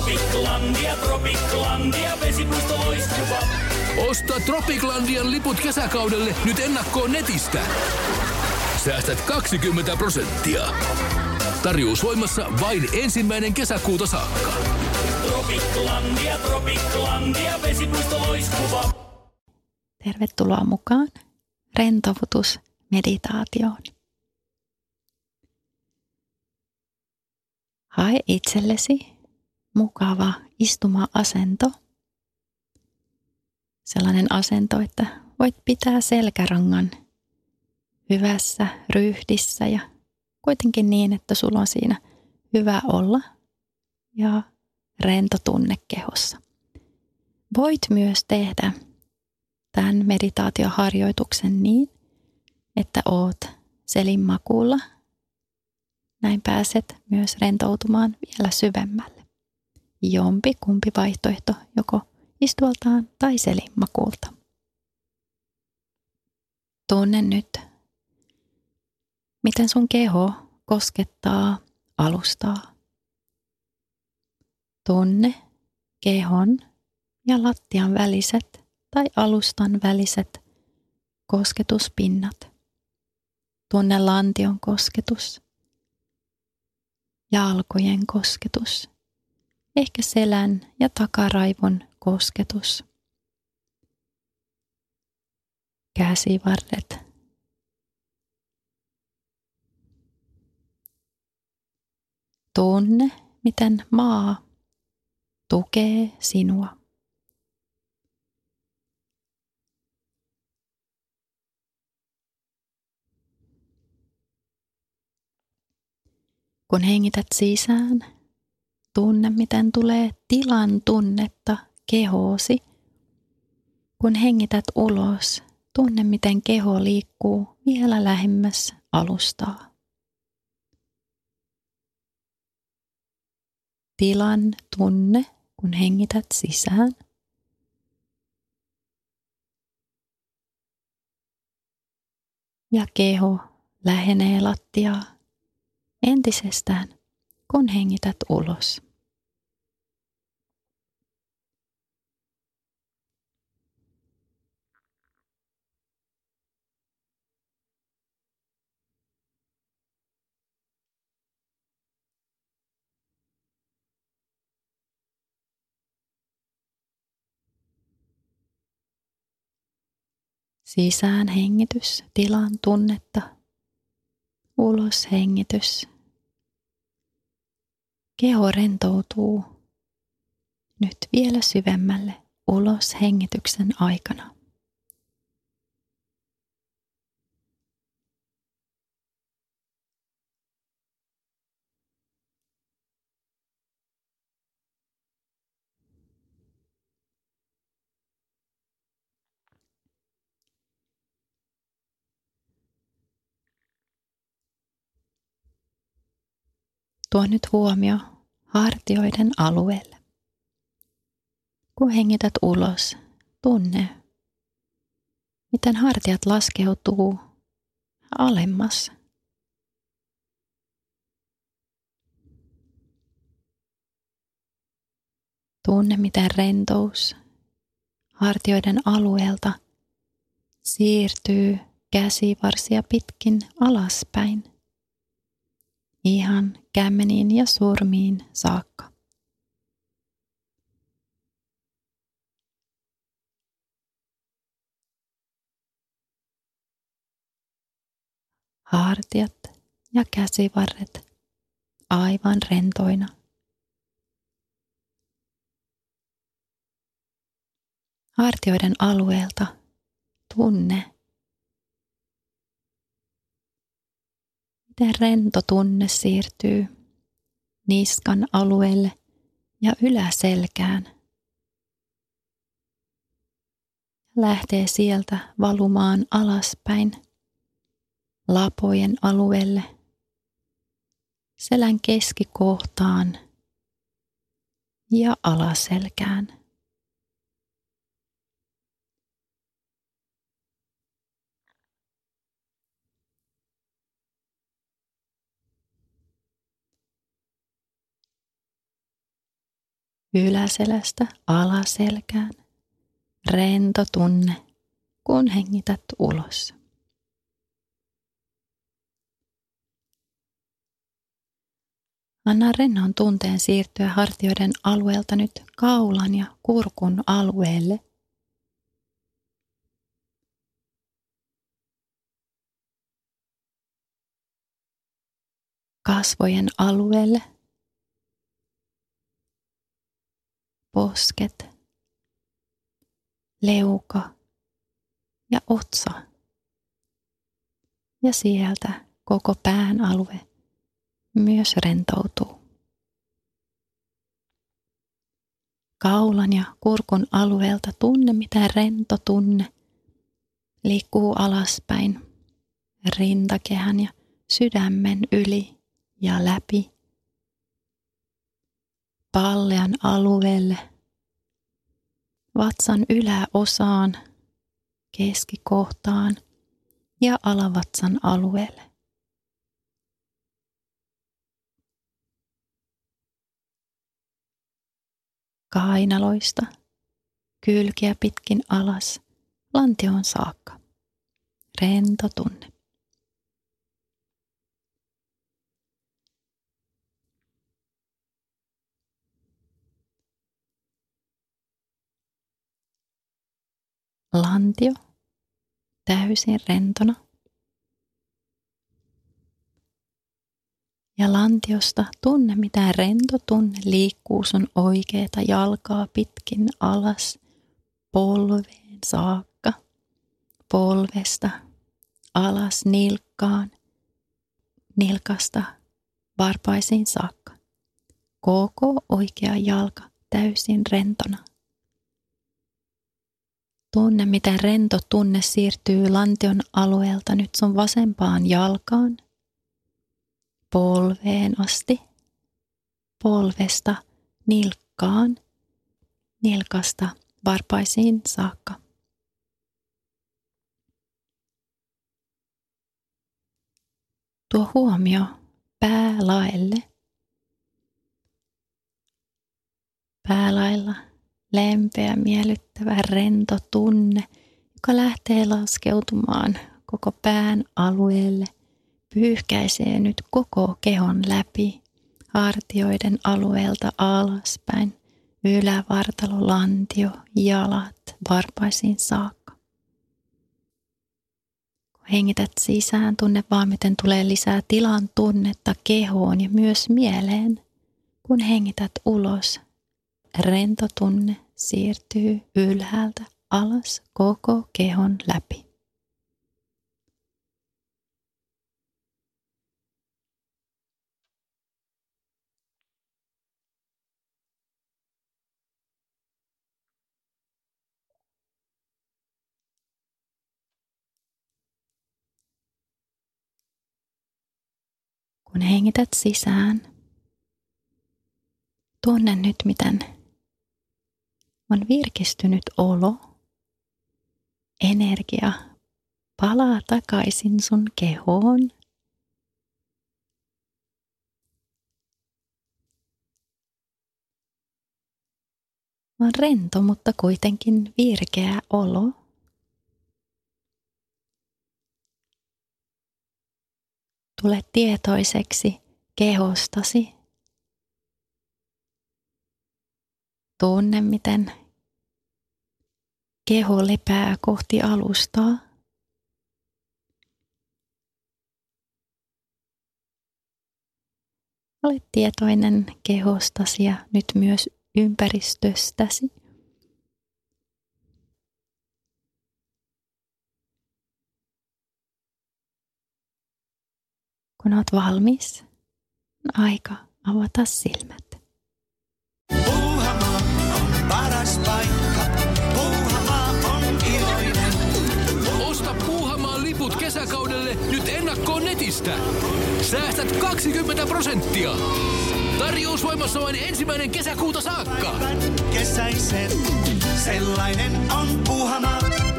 Tropiklandia, Tropiklandia, vesipuisto loistuva. Osta Tropiklandian liput kesäkaudelle nyt ennakkoon netistä. Säästät 20%. Tarjous voimassa vain 1. kesäkuuta saakka. Tropiklandia, Tropiklandia, vesipuisto loistuva. Tervetuloa mukaan rentoutusmeditaatioon. Hae itsellesi mukava istuma-asento. Sellainen asento, että voit pitää selkärangan hyvässä ryhdissä ja kuitenkin niin, että sulla on siinä hyvä olla ja rento tunne kehossa. Voit myös tehdä tämän meditaatioharjoituksen niin, että oot selinmakuulla. Näin pääset myös rentoutumaan vielä syvemmälle. Jompi kumpi vaihtoehto, joko istualtaan tai selinmakuulta. Tunne nyt, miten sun keho koskettaa alustaa. Tunne kehon ja lattian väliset tai alustan väliset kosketuspinnat. Tunne lantion kosketus, jalkojen kosketus, ehkä selän ja takaraivon kosketus. Käsivarret. Tunne, miten maa tukee sinua. Kun hengität sisään, tunne, miten tulee tilan tunnetta kehoosi. Kun hengität ulos, tunne, miten keho liikkuu vielä lähemmäs alustaa. Tilan tunne, kun hengität sisään. Ja keho lähenee lattiaa entisestään, kun hengität ulos. Sisään hengitys, tilan tunnetta. Ulos hengitys. Keho rentoutuu nyt vielä syvemmälle ulos hengityksen aikana. Tuo nyt huomio hartioiden alueelle. Kun hengität ulos, tunne, miten hartiat laskeutuu alemmas. Tunne, miten rentous hartioiden alueelta siirtyy käsivarsia pitkin alaspäin. Ihan kämmeniin ja sormiin saakka. Hartiat ja käsivarret aivan rentoina. Hartioiden alueelta tunne, miten rento tunne siirtyy niskan alueelle ja yläselkään. Lähtee sieltä valumaan alaspäin lapojen alueelle, selän keskikohtaan ja alaselkään. Yläselästä alaselkään. Rento tunne, kun hengität ulos. Anna rennon tunteen siirtyä hartioiden alueelta nyt kaulan ja kurkun alueelle. Kasvojen alueelle. Posket, leuka ja otsa. Ja sieltä koko pään alue myös rentoutuu. Kaulan ja kurkun alueelta tunne, mitä rento tunne liikkuu alaspäin rintakehän ja sydämen yli ja läpi. Pallean alueelle, vatsan yläosaan, keskikohtaan ja alavatsan alueelle. Kainaloista, kylkiä pitkin alas, lantioon saakka. Rento tunne. Lantio täysin rentona. Ja lantiosta tunne, mitä rento tunne liikkuu sun oikeata jalkaa pitkin alas polveen saakka. Polvesta alas nilkkaan, nilkasta varpaisiin saakka. Koko oikea jalka täysin rentona. Tunne, miten rento tunne siirtyy lantion alueelta nyt sun vasempaan jalkaan, polveen asti, polvesta nilkkaan, nilkasta varpaisiin saakka. Tuo huomio päälaelle. Päälailla lempeä, miellyttävä, rento tunne, joka lähtee laskeutumaan koko pään alueelle, pyyhkäisee nyt koko kehon läpi, hartioiden alueelta alaspäin, ylävartalo, lantio, jalat, varpaisiin saakka. Kun hengität sisään, tunne vaan miten tulee lisää tilan tunnetta kehoon ja myös mieleen. Kun hengität ulos, rento tunne siirtyy ylhäältä alas koko kehon läpi. Kun hengität sisään, tunne nyt miten on virkistynyt olo, energia palaa takaisin sun kehoon. On rento, mutta kuitenkin virkeä olo. Tule tietoiseksi kehostasi. Tunne, miten keho lepää kohti alustaa. Ole tietoinen kehostasi ja nyt myös ympäristöstäsi. Kun olet valmis, on aika avata silmät. Puuhamaa on paras paikka. Puuhamaa on iloinen. Osta Puuhamaan liput kesäkaudelle nyt ennakkoon netistä. Säästät 20%. Tarjous voimassa vain 1. kesäkuuta saakka. Kesäisen, sellainen on Puuhamaa.